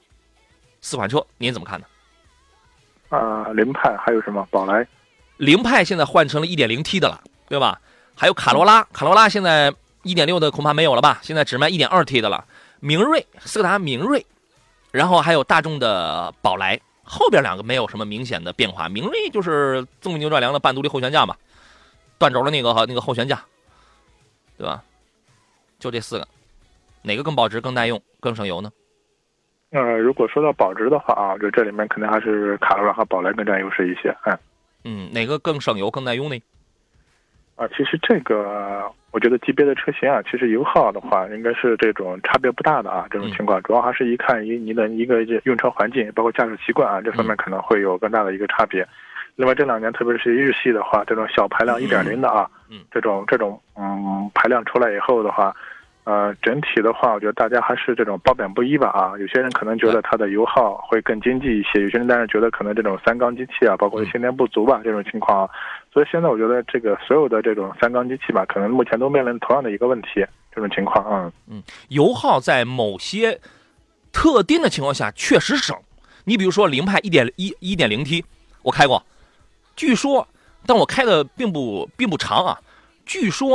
？4款车您怎么看呢？” 凌派还有什么？宝来， 凌派现在换成了 1.0T 的了，对吧？还有卡罗拉，卡罗拉现在1.6的恐怕没有了吧？现在只卖 1.2T 的了。明锐，斯柯达明锐，然后还有大众的宝来，后边2个没有什么明显的变化。明锐就是这么牛转梁的半独立后悬架嘛，断轴的那个后悬架，对吧？就这4个，哪个更保值、更耐用、更省油呢？ 如果说到保值的话啊，这里面可能还是卡罗拉和宝来更占优势一些。 哪个更省油、更耐用呢？ 其实这个我觉得级别的车型啊，其实油耗的话应该是这种差别不大的啊，这种情况主要还是看你的一个用车环境，包括驾驶习惯啊，这方面可能会有更大的一个差别。另外这2年特别是日系的话，这种小排量1.0的啊，这种排量出来以后的话，整体的话，我觉得大家还是这种褒贬不一吧啊。有些人可能觉得它的油耗会更经济一些，有些人但是觉得可能这种3缸机器啊，包括性能不足吧这种情况。所以现在我觉得这个所有的这种3缸机器吧，可能目前都面临同样的一个问题，这种情况啊。 油耗在某些特定的情况下确实省。你比如说凌派 1.0T， 我开过，据说，但我开的并不长啊。据说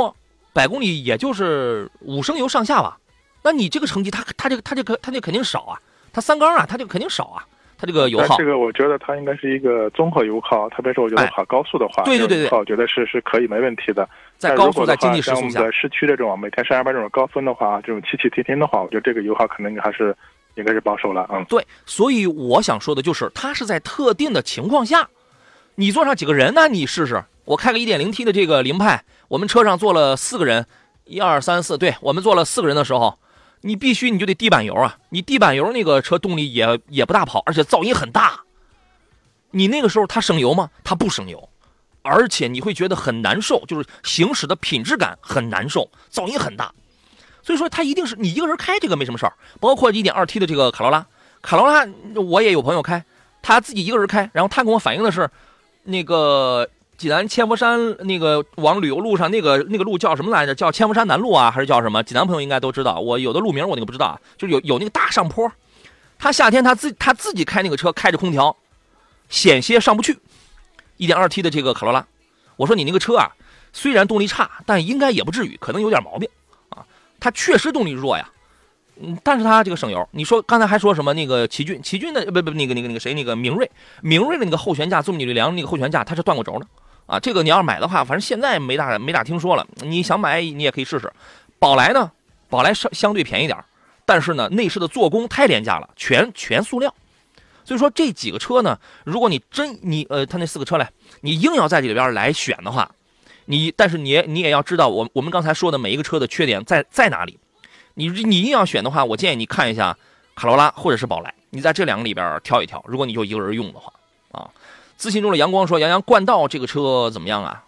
100公里也就是5升油上下吧。那你这个成绩，它肯定少啊，它3缸啊，它这个肯定少啊，它这个油耗。 这个我觉得它应该是一个综合油耗，特别是我觉得跑高速的话， 对， 我觉得是可以没问题的。 在高速在经济时速下， 像我们在市区这种每天上下班这种高峰的话，这种气停停的话，我觉得这个油耗可能还是应该是保守了。 对，所以我想说的就是，它是在特定的情况下，你坐上几个人呢？你试试，我开个 1.0T 的这个凌派，我们车上坐了4个人，1、2、3、4，对，我们坐了4个人的时候。你必须你就得地板油啊！你地板油那个车动力也不大跑，而且噪音很大。你那个时候它省油吗？它不省油，而且你会觉得很难受，就是行驶的品质感很难受，噪音很大。所以说它一定是你一个人开这个没什么事儿。包括 1.2T 的这个卡罗拉我也有朋友开，他自己一个人开，然后他跟我反映的是，那个济南千佛山那个往旅游路上那个路叫什么来着？叫千佛山南路啊，还是叫什么？济南朋友应该都知道。我有的路名我那个不知道，就是有那个大上坡。他夏天他自己开那个车，开着空调，险些上不去。1.2T 的这个卡罗拉，我说你那个车啊，虽然动力差，但应该也不至于，可能有点毛病啊。它确实动力弱呀，但是它这个省油。你说刚才还说什么那个奇骏的不那个谁那个明锐的那个后悬架，宗米利梁那个后悬架它是断过轴的。啊，这个你要是买的话，反正现在没大听说了。你想买，你也可以试试。宝来呢，相对便宜点，但是呢，内饰的做工太廉价了，全塑料。所以说这几个车呢，如果你他那4个车来，你硬要在这里边来选的话，但是你也要知道我们刚才说的每一个车的缺点在哪里。你硬要选的话，我建议你看一下卡罗拉或者是宝来，你在这2个里边挑一挑。如果你就一个人用的话，啊。自信中的阳光说：“杨洋，冠道这个车怎么样啊？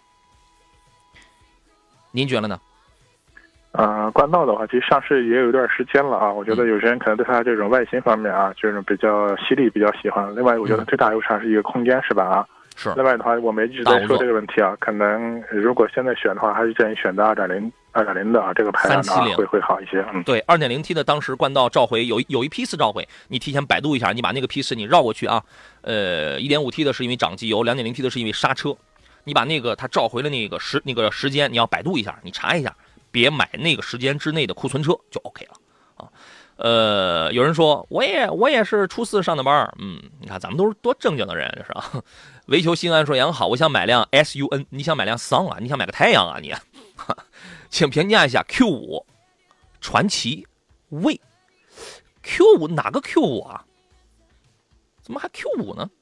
您觉得呢？” 冠道的话，其实上市也有一段时间了啊。我觉得有些人可能对它这种外形方面啊，这种比较犀利，比较喜欢。另外，我觉得最大优势是一个空间，是吧？啊， 是。 另外的话，我们一直在说这个问题啊，可能如果现在选的话，还是建议选择2.0的啊，这个排量的会好一些。 对，2.0T 的当时冠道召回有一批次召回，你提前百度一下，你把那个批次你绕过去啊。1.5T 的是因为涨机油，2.0T 的是因为刹车。你把那个它召回了那个时间，你要百度一下，你查一下，别买那个时间之内的库存车就 OK 了啊。有人说我也是初4上的班，你看咱们都是多正经的人，这是啊。维球心安说：“杨好，我想买辆 SUN， 你想买辆桑啊？你想买个太阳啊你？”请评价一下 Q5 传奇魏 Q5 哪个 Q5 啊？怎么还 Q5 呢？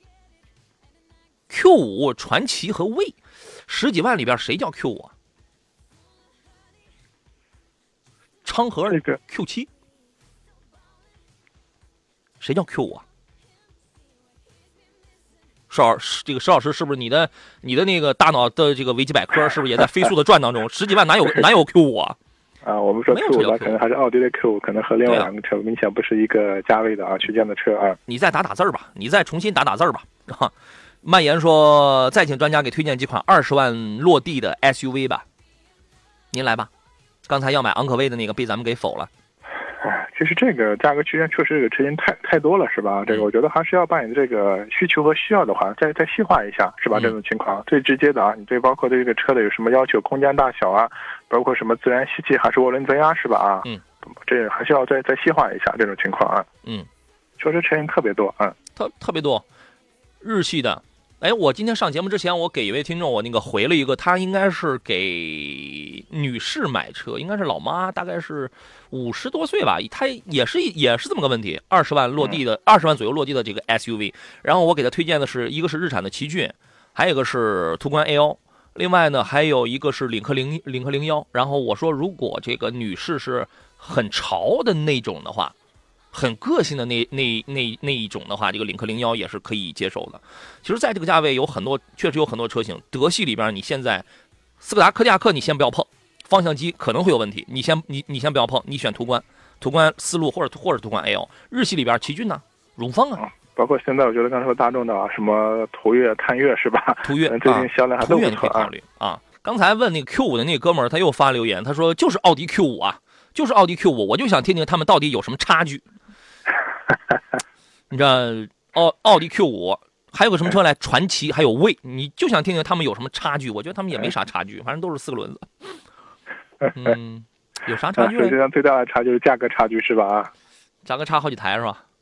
Q5 传奇和魏10几万里边谁叫 Q5 啊？昌河这个 Q7 谁叫 Q5 啊？这个石老师是不是你的那个大脑的这个维基百科是不是也在飞速的转当中？10几万哪有 Q5 啊？ 我们说 Q5 可能还是奥迪的 Q5，可能和另外2个车明显不是一个价位的区间的车啊。 你再打字吧，你再重新打字吧。蔓延说：“再请专家给推荐几款20万落地的 SUV 吧。”您来吧，刚才要买昂科威的那个被咱们给否了。 其实这个价格区间确实这个车型太多了，是吧？这个我觉得还是要把你的这个需求和需要的话再细化一下，是吧？这种情况最直接的啊，你对包括对这个车的有什么要求，空间大小啊，包括什么自然吸气还是涡轮增压，是吧？啊，这还是要再细化一下这种情况啊。确实车型特别多啊， 特别多，日系的。哎，我今天上节目之前，我给一位听众我那个回了一个，他应该是给女士买车，应该是老妈，大概是50多岁吧，他也是这么个问题，20万落地的，20万左右落地的这个 SUV。然后我给他推荐的是一个是日产的奇骏，还有一个是途观 L， 另外呢还有一个是领克01。然后我说，如果这个女士是很潮的那种的话，很个性的那一种的话，这个领克01也是可以接受的。其实在这个价位确实有很多车型，德系里边你现在斯柯达柯迪亚克你先不要碰，方向机可能会有问题，你先不要碰，你选途观思路或者途观 L。日系里边奇骏呢，荣放啊， 包括现在我觉得刚才说大众的什么途岳、探岳是吧？ 途岳最近销量还都不错啊。 途岳你可以考虑啊。刚才问那个 Q5 的那个哥们儿，他又发留言，他说就是奥迪 Q5 啊，就是奥迪 Q5，我就想听听他们到底有什么差距。你知道奥迪 Q5 还有个什么车来？传奇还有魏，你就想听听他们有什么差距？我觉得他们也没啥差距，反正都是4个轮子。 有啥差距？ 实际上最大的差就是价格差距是吧？ 价格差好几台是吧？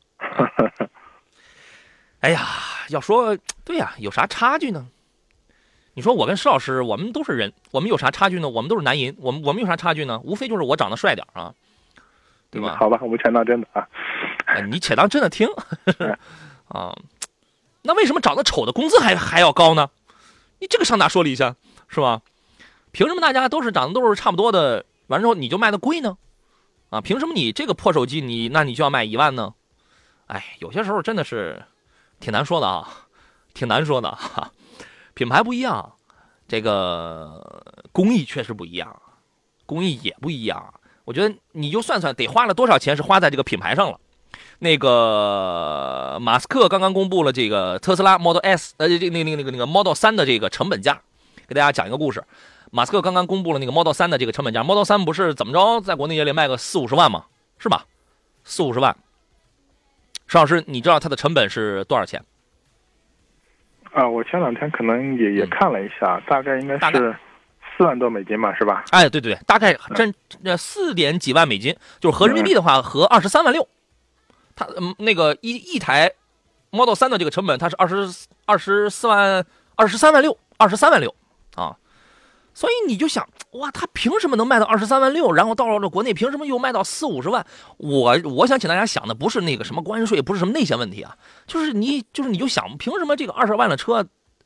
哎呀，要说对呀，有啥差距呢？你说我跟施老师，我们都是人，我们有啥差距呢？我们都是男人，我们有啥差距呢？无非就是我长得帅点啊，对吧？ 好吧，我们全当真的啊。 你且当真的听啊。那为什么长得丑的工资还要高呢？你这个上哪说理去，是吧？凭什么大家都是长得都是差不多的，完之后你就卖的贵呢？啊，凭什么你这个破手机你就要卖1万呢？哎，有些时候真的是挺难说的啊，挺难说的哈。品牌不一样，这个工艺确实不一样，工艺也不一样。我觉得你就算算得花了多少钱是花在这个品牌上了。那个马斯克刚刚公布了这个特斯拉 Model S，那个 Model 3的这个成本价，给大家讲一个故事。马斯克刚刚公布了那个 Model 3的这个成本价 ，Model 3不是怎么着，在国内也得卖个40-50万吗？是吧？40-50万。石老师，你知道它的成本是多少钱？ 我前2天可能也看了一下，大概应该是4万多美金吧，是吧？ 哎，对对对，大概4点几万美金，就是合人民币的话，合23万6。它那个一台 Model 3的这个成本，它是23万6啊。所以你就想，哇，他凭什么能卖到23万6？然后到了国内，凭什么又卖到40-50万？我想请大家想的不是那个什么关税，不是什么那些问题啊，就是你就想，凭什么这个20万的车，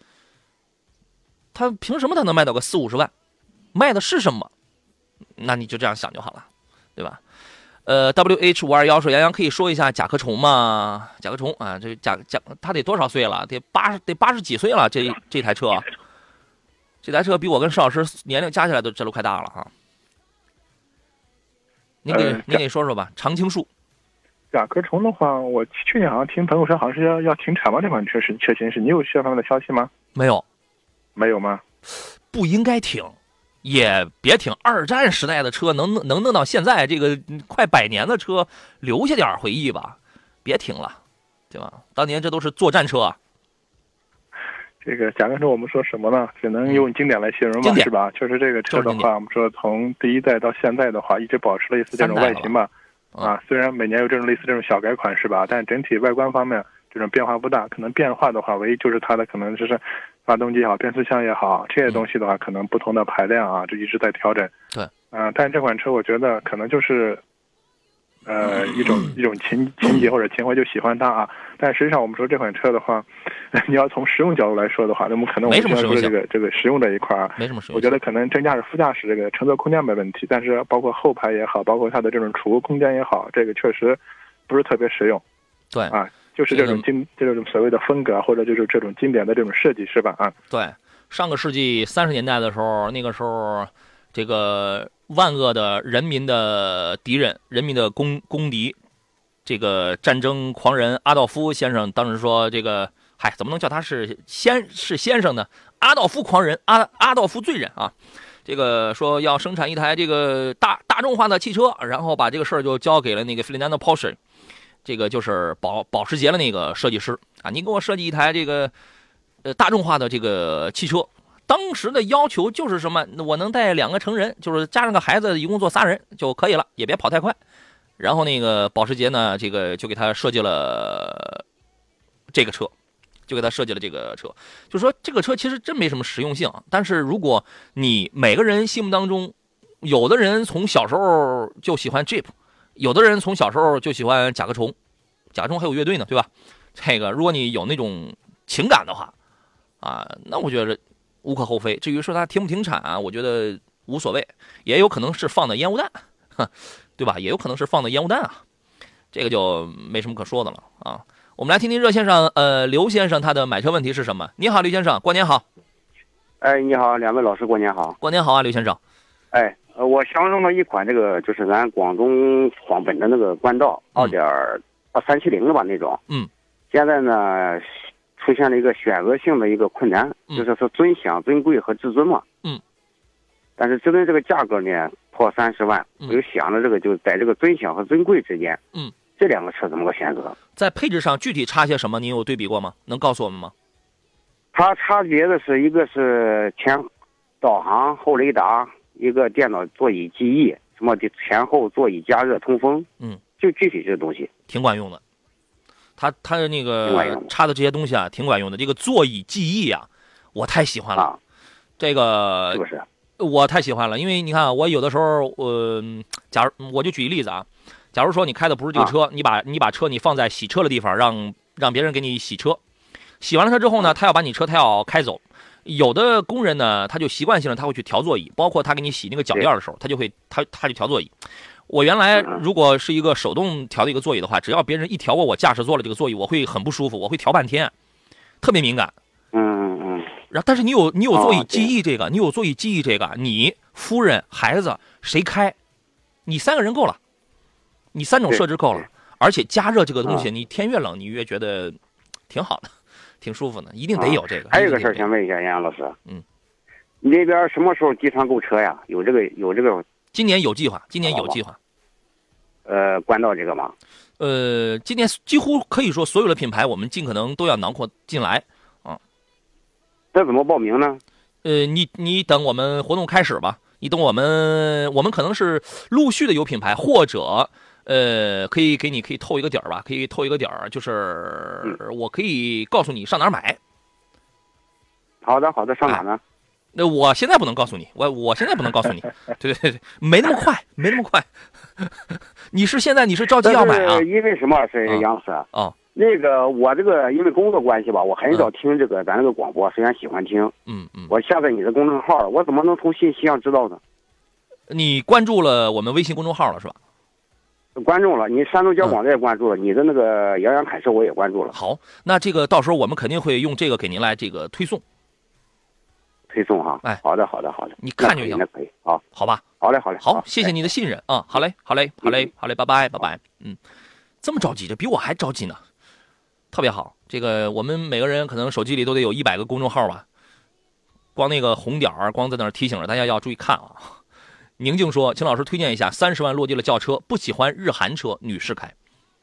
他凭什么他能卖到个40-50万？卖的是什么？那你就这样想就好了，对吧？WH521说，杨洋可以说一下甲壳虫吗？甲壳虫啊，这他得多少岁了？得80几岁了，这台车。这台车比我跟施老师年龄加起来这都快大了哈。您给说说吧，常青树。 甲壳虫的话，我去年好像听朋友说，好像是要停产吗？这款车是确实是，你有这方面的消息吗？ 没有。 没有吗？ 不应该停，也别停。二战时代的车能弄到现在这个快100年的车，留下点回忆吧，别停了，对吧？当年这都是作战车啊。 这个甲壳虫我们说什么呢？只能用经典来形容嘛，是吧？确实这个车的话，我们说从第一代到现在的话，一直保持类似这种外形吧。虽然每年有这种类似这种小改款是吧？但整体外观方面这种变化不大。可能变化的话，唯一就是它的可能就是发动机也好，变速箱也好，这些东西的话，可能不同的排量啊，就一直在调整。 对。 但这款车我觉得可能就是。一种情节或者情怀就喜欢它啊，但实际上我们说这款车的话，你要从实用角度来说的话，那么可能我们先说这个实用这一块啊， 没什么实用。 我觉得可能真驾驶副驾驶这个乘坐空间没问题，但是包括后排也好，包括它的这种储物空间也好，这个确实不是特别实用。 对啊，就是这种这种所谓的风格或者就是这种经典的这种设计是吧？啊， 对，上个世纪30年代的时候，那个时候这个。万恶的人民的敌人，人民的公敌，这个战争狂人阿道夫先生当时说：“这个，怎么能叫他是先生呢？阿道夫狂人，阿道夫罪人啊！这个说要生产一台这个大众化的汽车，然后把这个事儿就交给了那个费迪南德·保时，这个就是保时捷的那个设计师啊，你给我设计一台这个大众化的这个汽车。”当时的要求就是什么？我能带2个成人，就是加上个孩子，一共坐3人就可以了，也别跑太快。然后那个保时捷呢，这个就给他设计了这个车，就说这个车其实真没什么实用性。但是如果你每个人心目当中，有的人从小时候就喜欢 Jeep， 有的人从小时候就喜欢甲壳虫，甲壳虫还有乐队呢，对吧？这个如果你有那种情感的话啊，那我觉得无可厚非。至于说它停不停产啊，我觉得无所谓，也有可能是放的烟雾弹，对吧？也有可能是放的烟雾弹啊，这个就没什么可说的了啊。我们来听听热线上刘先生他的买车问题是什么？你好，刘先生，过年好。 哎，你好，两位老师，过年好。 过年好啊，刘先生。 哎，我相中了一款这个就是咱广东广本的那个冠道2.370的吧那种。现在呢出现了一个选择性的一个困难，就是说尊享、尊贵和至尊嘛。但是针对这个价格呢，破30万，我就想着这个就在这个尊享和尊贵之间，这2个车怎么个选择？ 在配置上具体差些什么？您有对比过吗？能告诉我们吗？ 它差别的是一个是前导航、后雷达、 一个电脑座椅记忆，什么的前后座椅加热通风，就具体这个东西挺管用的。它那个插的这些东西啊，挺管用的。这个座椅记忆啊，我太喜欢了。 啊， 这个是不是？ 我太喜欢了，因为你看，我有的时候，假如我就举一例子啊，假如说你开的不是这个车，你把车你放在洗车的地方，让别人给你洗车，洗完了车之后呢，他要把你车他要开走。有的工人呢，他就习惯性的他会去调座椅，包括他给你洗那个脚垫的时候，他就去调座椅。我原来如果是一个手动调的一个座椅的话，只要别人一调过我驾驶座的这个座椅，我会很不舒服，我会调半天，特别敏感。然后，但是你有座椅记忆这个，你有座椅记忆这个，你夫人、孩子谁开，你3个人够了，你3种设置够了，而且加热这个东西，你天越冷，你越觉得挺好的，挺舒服的，一定得有这个。 还有个事儿想问一下杨老师，你那边什么时候集团购车呀？有这个？ 今年有计划， 关到这个吗？ 今年几乎可以说所有的品牌，我们尽可能都要囊括进来啊。 这怎么报名呢？ 你等我们活动开始吧，你等我们可能是陆续的有品牌，或者可以透一个底儿吧，可以透一个底儿，就是我可以告诉你上哪儿买。 好的，上哪呢？ 那我现在不能告诉你，我现在不能告诉你，对，没那么快。你是着急要买啊？ 因为什么？是杨老师啊？那个我这个因为工作关系吧，我很少听这个咱这个广播，虽然喜欢听，我下载你的公众号了，我怎么能从信息上知道呢？ 你关注了我们微信公众号了是吧？ 关注了，你山东交广的也关注了，你的那个杨洋侃车我也关注了。 好，那这个到时候我们肯定会用这个给您来这个推送哈。哎， 好的， 你看就行， 那可以，好吧， 好嘞， 好，谢谢你的信任啊，好嘞，拜拜。这么着急，这比我还着急呢，特别好。这个我们每个人可能手机里都得有100个公众号吧，光那个红点儿，光在那儿提醒着大家要注意看啊。宁静说，请老师推荐一下30万落地的轿车，不喜欢日韩车，女士开。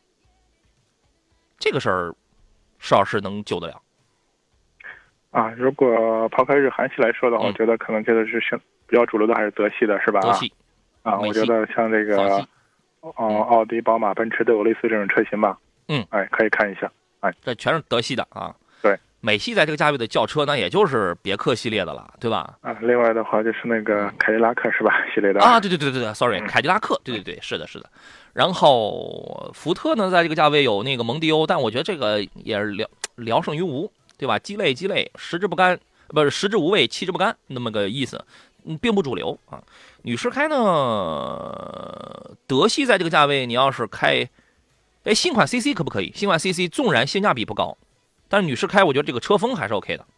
这个事儿，施老师能救得了。 如果抛开日韩系来说的话，我觉得可能觉得是比较主流的还是德系的，是吧？ 德系我觉得像这个奥迪、宝马、奔驰都有类似这种车型吧。可以看一下。 这全是德系的啊。 对， 美系在这个价位的轿车，那也就是别克系列的了，对吧？ 另外的话就是那个凯迪拉克是吧？系列的对 ，sorry，凯迪拉克，对，是的。然后福特呢，在这个价位有那个蒙迪欧，但我觉得这个也是聊胜于无。对吧？鸡肋，食之无味，弃之不甘，那么个意思，并不主流啊。女士开呢，德系在这个价位，你要是开，新款 CC 可不可以？新款 CC 纵然性价比不高，但是女士开，我觉得这个车风还是 OK 的。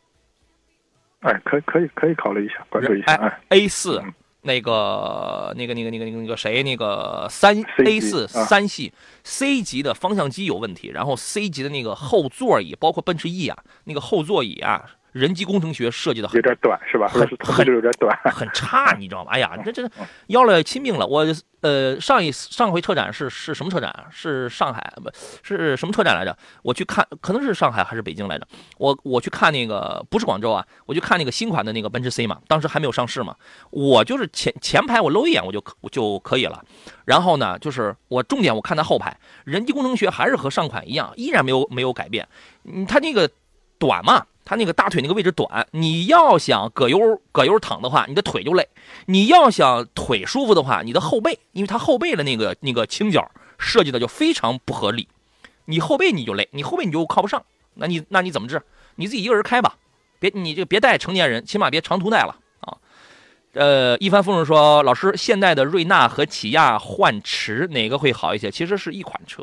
可以考虑一下，关注一下。 A4那个谁，那个A4 3系 C 级的方向机有问题，然后 C 级的那个后座椅，包括奔驰 E 啊，那个后座椅啊，人机工程学设计的有点短是吧？有点短， 很差，你知道吗？哎呀，这要了亲命了。我上回车展是什么车展？是上海不是什么车展来着？我去看，可能是上海还是北京来着。我去看那个不是广州啊，我去看那个新款的那个奔驰 C 嘛，当时还没有上市嘛。我就是前排我搂一眼我就可以了。然后呢，就是我重点我看它后排，人机工程学还是和上款一样，依然没有改变。它那个短嘛。他那个大腿那个位置短，你要想葛优躺的话，你的腿就累；你要想腿舒服的话，你的后背，因为他后背的那个倾角设计的就非常不合理，你后背你就累，你后背你就靠不上，那你怎么治？你自己一个人开吧，别带成年人，起码别长途带了啊。一帆风顺说，老师，现代的瑞纳和起亚幻驰哪个会好一些？其实是一款车，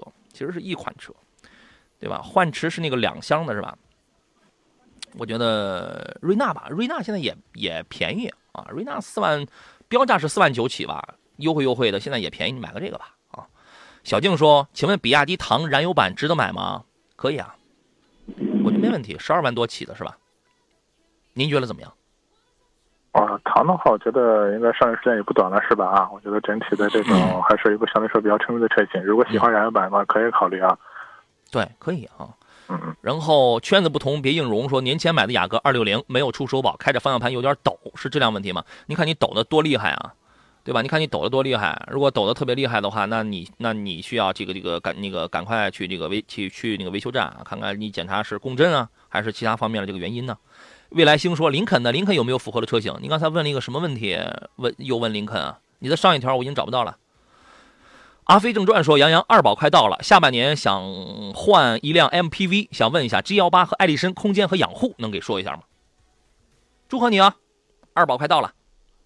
对吧？幻驰是那个2厢的是吧？我觉得瑞纳吧，瑞纳现在也便宜啊，瑞纳4万，标价是4万9起吧，优惠的，现在也便宜，你买个这个吧啊。小静说，请问比亚迪唐燃油版值得买吗？可以啊，我觉得没问题，12万多起的是吧？您觉得怎么样？ 唐的话，我觉得应该上市时间也不短了，是吧？我觉得整体的这种还是一个相对说比较成熟的车型，如果喜欢燃油版的话，可以考虑啊。 对，可以啊。 然后圈子不同别硬融说年前买的雅阁260没有出手保，开着方向盘有点抖，是质量问题吗？你看你抖的多厉害啊，对吧？你看你抖的多厉害，如果抖的特别厉害的话，那你需要赶快去去那个维修站看看，你检查是共振啊还是其他方面的这个原因呢？未来星说林肯呢？林肯有没有符合的车型？你刚才问了一个什么问题？又问林肯啊？你的上一条我已经找不到了。阿飞正传说杨洋2保快到了，下半年想换一辆 MPV， 想问一下 G18 和艾力绅空间和养护能给说一下吗？祝贺你啊，2保快到了。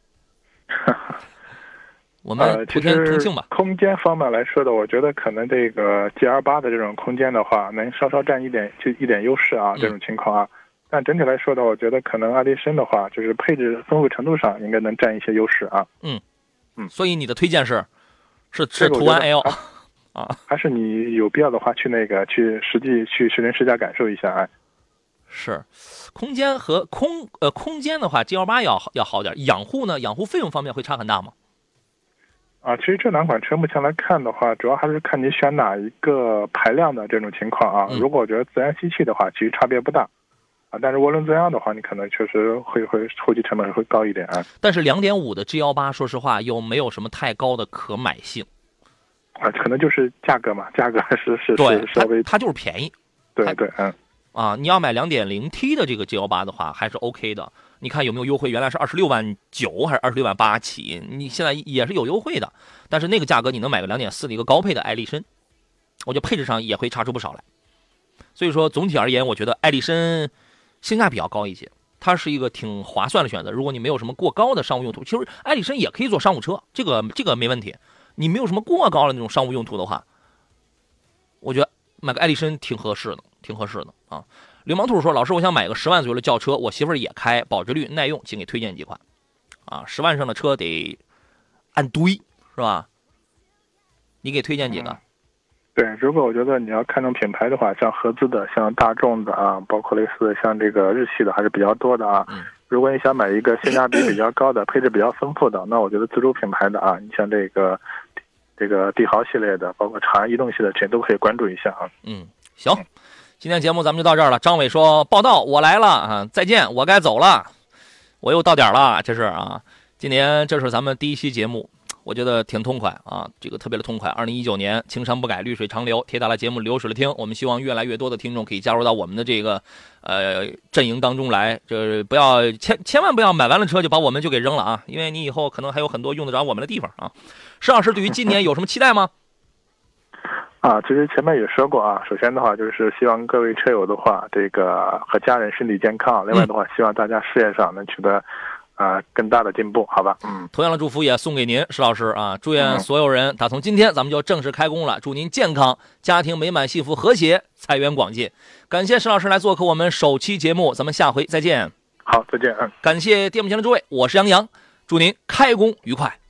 我们普天同庆吧。 空间方面来说的，我觉得可能这个 GL8 的这种空间的话，能稍稍占一点优势啊，这种情况啊。但整体来说的，我觉得可能艾力绅的话，就是配置丰富程度上应该能占一些优势啊。 所以你的推荐是途安 L 啊？ 还是你有必要的话去实际去试乘试驾感受一下啊？ 是，空间和空间的话 ，GL8 要好点。养护呢？养护费用方面会差很大吗？ 其实这两款车目前来看的话，主要还是看你选哪一个排量的这种情况啊。如果我觉得自然吸气的话，其实差别不大啊。但是涡轮增压的话，你可能确实会后期成本会高一点啊。 但是2.5的 G18，说实话又没有什么太高的可买性啊，可能就是价格嘛，价格是稍微它就是便宜。 对， 你要买 2.0T 的这个 G18 的话，还是 OK 的。你看有没有优惠？原来是26.9万还是26.8万起，你现在也是有优惠的。但是那个价格你能买个 2.4 的一个高配的艾力绅，我觉得配置上也会差出不少来。所以说总体而言，我觉得艾力绅性价比较高一些，它是一个挺划算的选择。如果你没有什么过高的商务用途，其实艾力绅也可以做商务车，这个没问题。你没有什么过高的那种商务用途的话，我觉得买个艾力绅挺合适的啊。流氓兔说：“老师，我想买个10万左右的轿车，我媳妇儿也开，保值率、耐用，请给推荐几款。啊，10万上的车得按堆，是吧？你给推荐几个？ 对，如果我觉得你要看重品牌的话，像合资的、像大众的啊，包括类似的像这个日系的还是比较多的啊。如果你想买一个性价比比较高的、配置比较丰富的，那我觉得自主品牌的啊，你像这个帝豪系列的，包括长安逸动系列，这都可以关注一下啊。 行。”今天节目咱们就到这儿了。张伟说：“报道，我来了啊，再见，我该走了，我又到点了。这是啊，今年这是咱们第一期节目，我觉得挺痛快啊，这个特别的痛快。2019年青山不改，绿水长流，铁打的节目流水的听。我们希望越来越多的听众可以加入到我们的这个阵营当中来。这不要千万不要买完了车就把我们就给扔了啊，因为你以后可能还有很多用得着我们的地方啊。施老师对于今年有什么期待吗？” 其实前面也说过啊，首先的话就是希望各位车友的话，这个和家人身体健康。另外的话，希望大家事业上能取得更大的进步，好吧？ 同样的祝福也送给您，施老师啊！祝愿所有人，打从今天咱们就正式开工了，祝您健康、家庭美满、幸福和谐、财源广进。感谢施老师来做客我们首期节目，咱们下回再见。 好，再见。 感谢电幕前的诸位，我是杨洋，祝您开工愉快。